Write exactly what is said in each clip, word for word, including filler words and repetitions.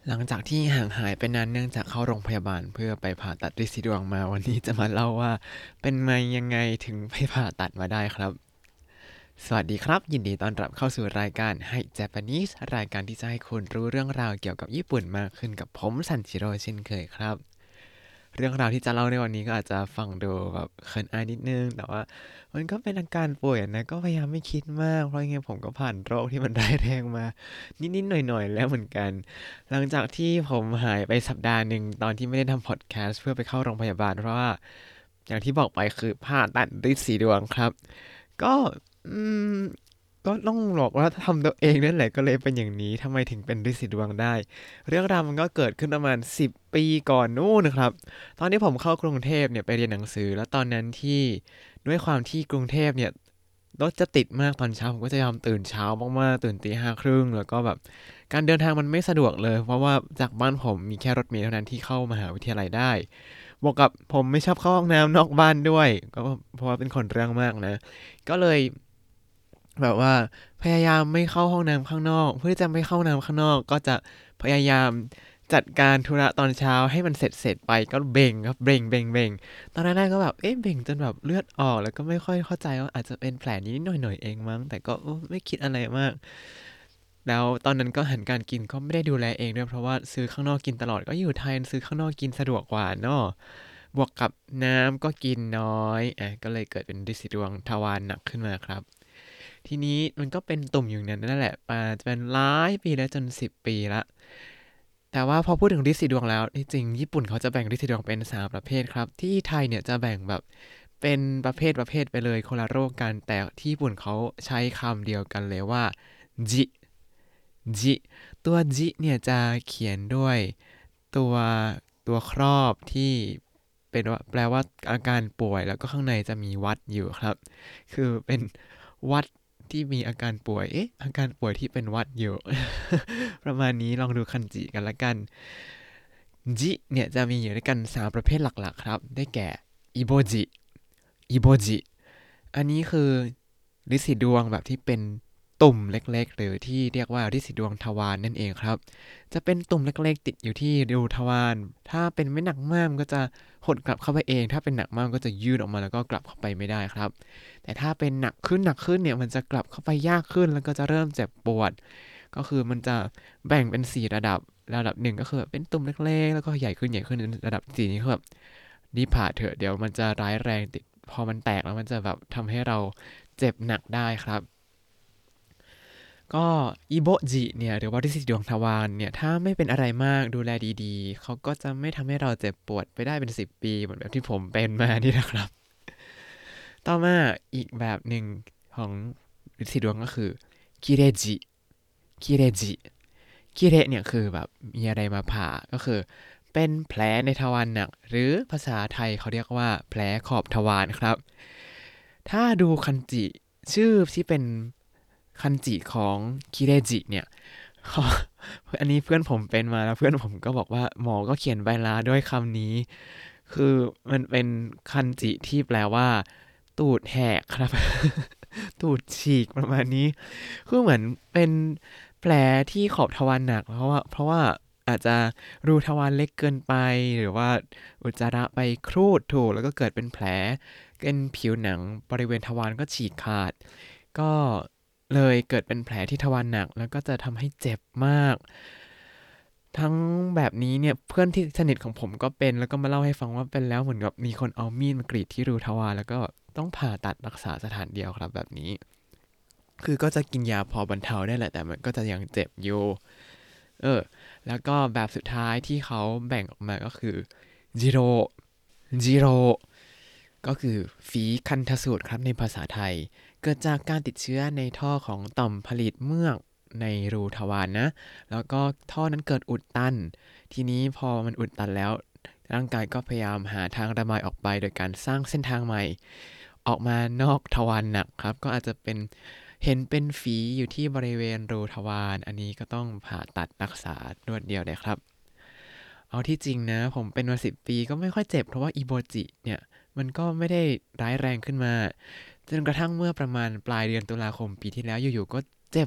หลังจากที่ห่างหายไปนานเนื่องจากเข้าโรงพยาบาลเพื่อไปผ่าตัดริดสีดวงมาวันนี้จะมาเล่าว่าเป็นมายังไงถึงไปผ่าตัดมาได้ครับสวัสดีครับยินดีต้อนรับเข้าสู่รายการ Hi Japanese รายการที่จะให้คุณรู้เรื่องราวเกี่ยวกับญี่ปุ่นมากขึ้นกับผมซันจิโร่เช่นเคยครับเรื่องราวที่จะเล่าในวันนี้ก็อาจจะฟังดูแบบเขินอายนิดนึงแต่ว่ามันก็เป็นอาการป่วยนะก็พยายามไม่คิดมากเพราะยังไงผมก็ผ่านโรคที่มันร้ายแรงมานิดๆหน่อยๆแล้วเหมือนกัน หลังจากที่ผมหายไปสัปดาห์หนึ่งตอนที่ไม่ได้ทำพอดแคสต์เพื่อไปเข้าโรงพยาบาลเพราะว่าอย่างที่บอกไปคือผ่าตัดริดสีดวงครับก็อืมก็ต้องบอกว่าทำตัวเองนั่นแหละก็เลยเป็นอย่างนี้ทำไมถึงเป็นริดสีดวงได้เรื่องราวมันก็เกิดขึ้นประมาณสิบปีก่อนนู่นนะครับตอนที่ผมเข้ากรุงเทพเนี่ยไปเรียนหนังสือแล้วตอนนั้นที่ด้วยความที่กรุงเทพเนี่ยรถจะติดมากตอนเช้าผมก็จะยอมตื่นเช้ามากๆตื่นตีห้าครึ่งแล้วก็แบบ การเดินทางมันไม่สะดวกเลยเพราะว่าจากบ้านผมมีแค่รถเมล์เท่านั้นที่เข้ามหาวิทยาลัยได้บวกกับผมไม่ชอบเข้าห้องน้ำนอกบ้านด้วยก็เพราะว่าเป็นคนเรื่องมากนะก็เลยแบบว่าพยายามไม่เข้าห้องน้ำข้างนอกเพื่อที่จะไม่เข้าน้ำข้างนอกก็จะพยายามจัดการธุระตอนเช้าให้มันเสร็จเสร็จไปก็เบ่งครับเบ่งเบ่งเบ่งตอนแรกๆก็แบบเอ๊ะเบ่งจนแบบเลือดออกแล้วก็ไม่ค่อยเข้าใจว่าอาจจะเป็นแผลนิดๆหน่อยๆเองมั้งแต่ก็ไม่คิดอะไรมาก แล้วตอนนั้นก็หันการกินก็ไม่ได้ดูแลเองด้วยเพราะว่าซื้อข้างนอกกินตลอดก็อยู่ไทยซื้อข้างนอกกินสะดวกกว่าเนาะบวกกับน้ำก็กินน้อยอ่ะก็เลยเกิดเป็นริดสีดวงทวารหนักขึ้นมาครับทีนี้มันก็เป็นตุ่มอยู่นั้นนั่นแหละมาจะเป็นหลายปีแล้วจนสิบปีละแต่ว่าพอพูดถึงริดสีดวงแล้วที่จริงญี่ปุ่นเขาจะแบ่งริดสีดวงเป็นสามประเภทครับที่ไทยเนี่ยจะแบ่งแบบเป็นประเภทประเภทไปเลยคนละโรคกันแต่ที่ญี่ปุ่นเขาใช้คำเดียวกันเลยว่าจิ จิตัวจิเนี่ยจะเขียนด้วยตัวตัวครอบที่เป็นว่าแปลว่าอาการป่วยแล้วก็ข้างในจะมีวัดอยู่ครับคือเป็นวัดที่มีอาการป่วยเอ๊ะอาการป่วยที่เป็นวัดอยู่ประมาณนี้ลองดูคันจิกันละกันจิเนี่ยจะมีอยู่ด้วยกันสามประเภทหลักๆครับได้แก่อิโบจิอิโบจิ อันนี้คือฤทธิ์สีดวงแบบที่เป็นตุ่มเล็กๆหรือที่เรียกว่าฤทธิ์สีดวงทวารนั่นเองครับจะเป็นตุ่มเล็กๆติดอยู่ที่รูทวารถ้าเป็นไม่หนักมากมันก็จะหดกลับเข้าไปเองถ้าเป็นหนักมากก็จะยืดออกมาแล้วก็กลับเข้าไปไม่ได้ครับแต่ถ้าเป็นหนักขึ้นหนักขึ้นเนี่ยมันจะกลับเข้าไปยากขึ้นแล้วก็จะเริ่มเจ็บปวดก็คือมันจะแบ่งเป็นสี่ระดับระดับหนึ่งก็คือเป็นตุ่มเล็กๆแล้วก็ใหญ่ขึ้นใหญ่ขึ้นระดับสี่นี่คือแบบรีบผ่าเถอะเดี๋ยวมันจะร้ายแรงติดพอมันแตกแล้วมันจะแบบทำให้เรา เจ็บหนักได้ครับก็อิโบจิเนี่ยหรือว่าริดสีดวงทวารเนี่ยถ้าไม่เป็นอะไรมากดูแลดีๆเขาก็จะไม่ทำให้เราเจ็บปวดไปได้เป็นสิบปีเหมือนแบบที่ผมเป็นมานี่นะครับต่อมาอีกแบบหนึ่งของริดสีดวงก็คือคิเรจิคิเรจิคิเรเนี่ยคือแบบมีอะไรมาผ่าก็คือเป็นแผลในทวารหนักหรือภาษาไทยเขาเรียกว่าแผลขอบทวารครับถ้าดูคันจิชื่อที่เป็น คันจิของคิเรจิเนี่ยเขาอันนี้เพื่อนผมเป็นมาแล้วเพื่อนผมก็บอกว่าหมอก็เขียนใบลาด้วยคำนี้คือมันเป็นคันจิที่แปลว่าตูดแหกครับตูดฉีกประมาณนี้คือเหมือนเป็นแผลที่ขอบทวารหนักเพราะว่าเพราะว่าอาจจะรูทวารเล็กเกินไปหรือว่าอุจจาระไปครูดถูกแล้วก็เกิดเป็นแผลเป็นผิวหนังบริเวณทวารก็ฉีกขาดก็ เลยเกิดเป็นแผลที่ทวารหนักแล้วก็จะทำให้เจ็บมากทั้งแบบนี้เนี่ยเพื่อนที่สนิทของผมก็เป็นแล้วก็มาเล่าให้ฟังว่าเป็นแล้วเหมือนกับมีคนเอามีดมากรีดที่รูทวารแล้วก็ต้องผ่าตัดรักษาสถานเดียวครับแบบนี้คือก็จะกินยาพอบรรเทาได้แหละแต่มันก็จะยังเจ็บอยู่เออแล้วก็แบบสุดท้ายที่เขาแบ่งออกมาก็คือจิโรจิโร ก็คือฝีคันทสูตรครับในภาษาไทยเกิดจากการติดเชื้อในท่อของต่อมผลิตเมือกในรูทวารนะแล้วก็ท่อนั้นเกิดอุดตันทีนี้พอมันอุดตันแล้วร่างกายก็พยายามหาทางระบายออกไปโดยการสร้างเส้นทางใหม่ออกมานอกทวารหนักครับก็อาจจะเป็นเห็นเป็นฝีอยู่ที่บริเวณรูทวารอันนี้ก็ต้องผ่าตัดรักษารวดเดียวเลยครับเอาที่จริงนะผมเป็นมาสิบปีก็ไม่ค่อยเจ็บเพราะว่าอีโบจิเนี่ย มันก็ไม่ได้ร้ายแรงขึ้นมาจนกระทั่งเมื่อประมาณปลายเดือนตุลาคมปีที่แล้วอยู่ๆก็เจ็บ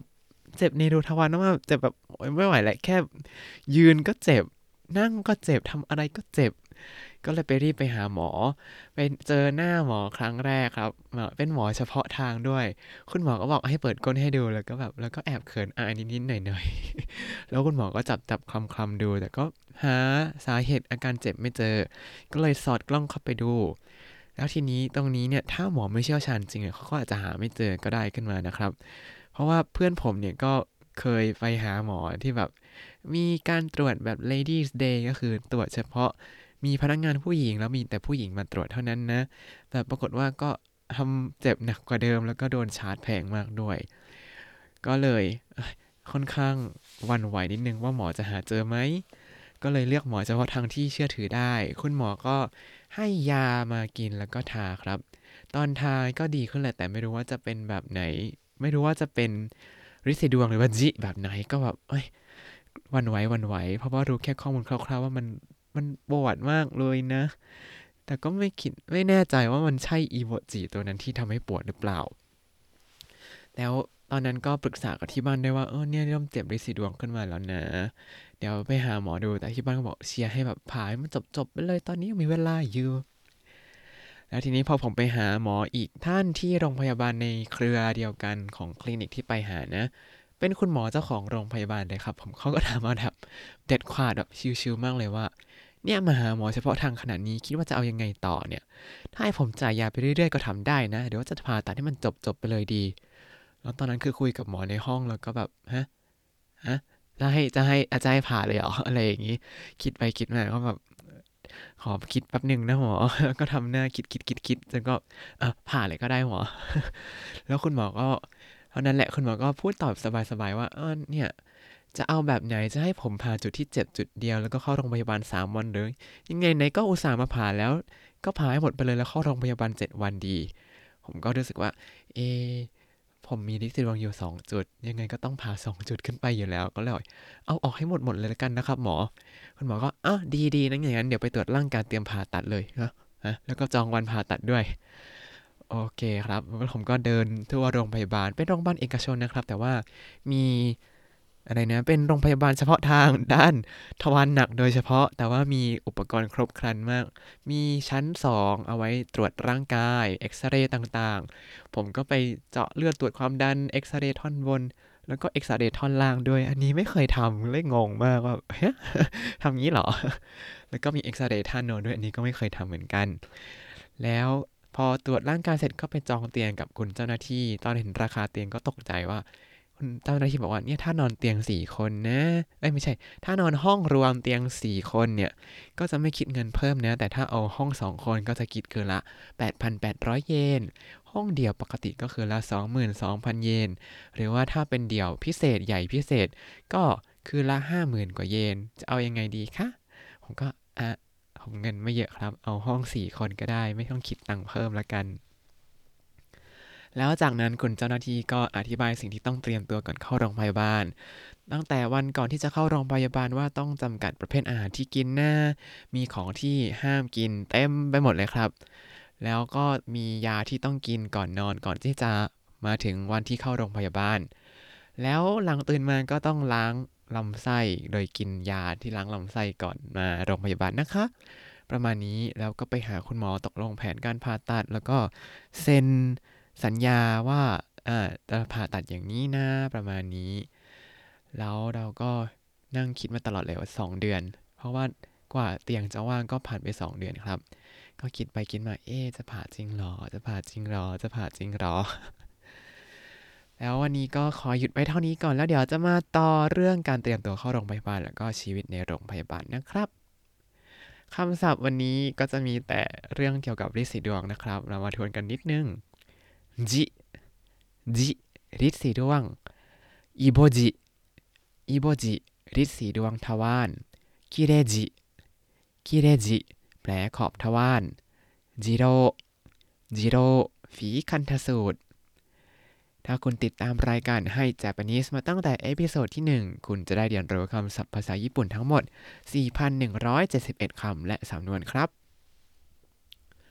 เจ็บในรูทวารมากเจ็บแบบโอ๊ยไม่ไหวแล้วแค่ยืนก็เจ็บนั่งก็เจ็บทำอะไรก็เจ็บก็เลยไปรีบไปหาหมอไปเจอหน้าหมอครั้งแรกครับหมอเป็นหมอเฉพาะทางด้วยคุณหมอก็บอกให้เปิดก้นให้ดูแล้วก็แบบแล้วก็แอบเขินอายนิดๆหน่อยๆแล้วคุณหมอก็จับจับคลำคลำดูแต่ก็หาสาเหตุอาการเจ็บไม่เจอก็เลยสอดกล้องเข้าไปดูแล้วทีนี้ตรงนี้เนี่ยถ้าหมอไม่เชี่ยวชาญจริงเขาก็อาจจะหาไม่เจอก็ได้ขึ้นมานะครับเพราะว่าเพื่อนผมเนี่ยก็เคยไปหาหมอที่แบบมีการตรวจแบบ ladies day ก็คือตรวจเฉพาะมีพนักงานผู้หญิงแล้วมีแต่ผู้หญิงมาตรวจเท่านั้นนะแต่ปรากฏว่าก็ทำเจ็บหนักกว่าเดิมแล้วก็โดนชาร์จแพงมากด้วยก็เลยค่อนข้างหวั่นไหวนิดนึงว่าหมอจะหาเจอไหมก็เลยเลือกหมอเฉพาะทางที่เชื่อถือได้คุณหมอก็ให้ยามากินแล้วก็ทาครับตอนทาก็ดีขึ้นแหละแต่ไม่รู้ว่าจะเป็นแบบไหนไม่รู้ว่าจะเป็นฤทธิ์สีดวงหรือว่าจิแบบไหนก็แบบเอ้ยหวั่นไหวหวั่นไหวเพราะว่ารู้แค่ข้อมูลคร่าวๆว่ามันมันปวดมากเลยนะแต่ก็ไม่คิดไม่แน่ใจว่ามันใช่อีโวจิตัวนั้นที่ทำให้ปวดหรือเปล่าแล้วตอนนั้นก็ปรึกษากับที่บ้านด้วยว่าเออเนี่ยเริ่มเจ็บฤทธิ์สีดวงขึ้นมาแล้วนะเดี๋ยวไปหาหมอดูแต่ที่บ้านก็บอกเชียร์ให้แบบผ่าให้มันจบๆไปเลยตอนนี้ยังมีเวลาอยู่แล้วทีนี้พอผมไปหาหมออีกท่านที่โรงพยาบาลในเครือเดียวกันของคลินิกที่ไปหานะเป็นคุณหมอเจ้าของโรงพยาบาลเลยครับผมเขาก็ถามมาแบบเด็ดขาดแบบชิวๆมากเลยว่าเนี่ยมาหาหมอเฉพาะทางขนาดนี้คิดว่าจะเอายังไงต่อเนี่ยถ้าให้ผมจ่ายยาไปเรื่อยๆก็ทำได้นะเดี๋ยวจะผ่าตัดให้มันจบๆไปเลยดีแล้วตอนนั้นคือคุยกับหมอในห้องแล้วก็แบบฮะฮะจะให้จะให้อาจารย์ให้ผ่าเลยเหรออะไรอย่างนี้คิดไปคิดมาก็แบบขอคิดแป๊บหนึ่งนะหมอก็ทำหน้าคิดคิดคิดคิดจนก็อ่ะผ่าเลยก็ได้หมอแล้วคุณหมอก็เท่านั้นแหละคุณหมอก็พูดตอบสบายๆว่าเออเนี่ยจะเอาแบบไหนจะให้ผมผ่าจุดที่เจ็บจุดเดียวแล้วก็เข้าโรงพยาบาลสามวันหรือยังไงไหนก็อุตส่าห์มาผ่าแล้วก็ผ่าให้หมดไปเลยแล้วเข้าโรงพยาบาลเจ็ดวันดีผมก็รู้สึกว่าเอผมมีลิซิดวงอยู่สองจุดยังไงก็ต้องผ่าสองจุดขึ้นไปอยู่แล้วก็เลยเอาออกให้หมดหมดเลยแล้วกันนะครับหมอคุณหมอก็อ้าวดีๆนั่นอย่างนั้นเดี๋ยวไปตรวจร่างกายเตรียมผ่าตัดเลยนะฮะแล้วก็จองวันผ่าตัดด้วยโอเคครับผมก็เดินทั่วโรงพยาบาลเป็นโรงพยาบาลเอกชนนะครับแต่ว่ามีอะไรนะเป็นโรงพยาบาลเฉพาะทางด้านทวารหนักโดยเฉพาะแต่ว่ามีอุปกรณ์ครบครันมากมีชั้นสองเอาไว้ตรวจร่างกายเอ็กซเรย์ต่างๆผมก็ไปเจาะเลือดตรวจความดันเอ็กซเรย์ท่อนบนแล้วก็เอ็กซเรย์ท่อนล่างด้วยอันนี้ไม่เคยทำเลยงงมากว่าเฮ้ยทำงี้เหรอแล้วก็มีเอ็กซเรย์ท่านโนด้วยอันนี้ก็ไม่เคยทำเหมือนกันแล้วพอตรวจร่างกายเสร็จก็ไปจองเตียงกับคุณเจ้าหน้าที่ตอนเห็นราคาเตียงก็ตกใจว่าคุณเจ้าหน้าที่บอกว่าเนี่ยถ้านอนเตียงสี่คนนะเอ้ยไม่ใช่ถ้านอนห้องรวมเตียงสี่คนเนี่ยก็จะไม่คิดเงินเพิ่มนะแต่ถ้าเอาห้องสองคนก็จะคิดคืนละ แปดพันแปดร้อย เยนห้องเดี่ยวปกติก็คือละ สองหมื่นสองพัน เยนหรือว่าถ้าเป็นเดี่ยวพิเศษใหญ่พิเศษก็คือละ ห้าหมื่น กว่าเยนจะเอายังไงดีคะผมก็อ่ะผมเงินไม่เยอะครับเอาห้องสี่คนก็ได้ไม่ต้องคิดตังค์เพิ่มละกันแล้วจากนั้นคุณเจ้าหน้าที่ก็อธิบายสิ่งที่ต้องเตรียมตัวก่อนเข้าโรงพยาบาลตั้งแต่วันก่อนที่จะเข้าโรงพยาบาลว่าต้องจำกัดประเภทอาหารที่กินนะมีของที่ห้ามกินเต็มไปหมดเลยครับแล้วก็มียาที่ต้องกินก่อนนอนก่อนที่จะมาถึงวันที่เข้าโรงพยาบาลแล้วหลังตื่นมาก็ต้องล้างลำไส้โดยกินยาที่ล้างลำไส้ก่อนมาโรงพยาบาลนะคะประมาณนี้แล้วก็ไปหาคุณหมอตกลงแผนการผ่าตัดแล้วก็เซ็นสัญญาว่าอ่าจะผ่าตัดอย่างนี้นะประมาณนี้แล้วเราก็นั่งคิดมาตลอดเลยว่าสองเดือนเพราะว่ากว่าเตียงจะว่างก็ผ่านไปสองเดือนครับก็คิดไปคิดมาเอ๊ะจะผ่าจริงหรอจะผ่าจริงหรอจะผ่าจริงหรอแล้ววันนี้ก็ขอหยุดไว้เท่านี้ก่อนแล้วเดี๋ยวจะมาต่อเรื่องการเตรียมตัวเข้าโรงพยาบาลแล้วก็ชีวิตในโรงพยาบาลนะครับคำศัพท์วันนี้ก็จะมีแต่เรื่องเกี่ยวกับฤทธิ์สีดวงนะครับเรามาทวนกันนิดนึงจิจิฤทธิ์สีดวงอิโบจิอิโบจิฤทธิ์สีดวงทวารคิเรจิคิเรจิแผลขอบทวารจิโรจิโรฝีคันธสูตรถ้าคุณติดตามรายการให้ Japanese มาตั้งแต่เอพิโซดที่หนึ่งคุณจะได้เรียนรู้คำศัพท์ภาษาญี่ปุ่นทั้งหมด สี่พันหนึ่งร้อยเจ็ดสิบเอ็ด คำและสำนวนครับ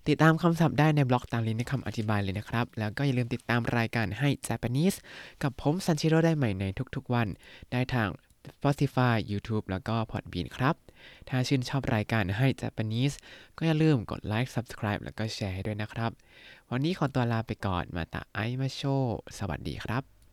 ติดตามคำศัพท์ได้ในบล็อกตามลิงก์ในคำอธิบายเลยนะครับแล้วก็อย่าลืมติดตามรายการให้ Japanese กับผมซันชิโร่ได้ใหม่ในทุกๆวันได้ทาง Spotify YouTube แล้วก็ Podbean ครับถ้าชื่นชอบรายการให้ Japanese ก็อย่าลืมกดไลค์ Subscribe แล้วก็แชร์ให้ด้วยนะครับวันนี้ขอตัวลาไปก่อนมาตาไอมาโชสวัสดีครับ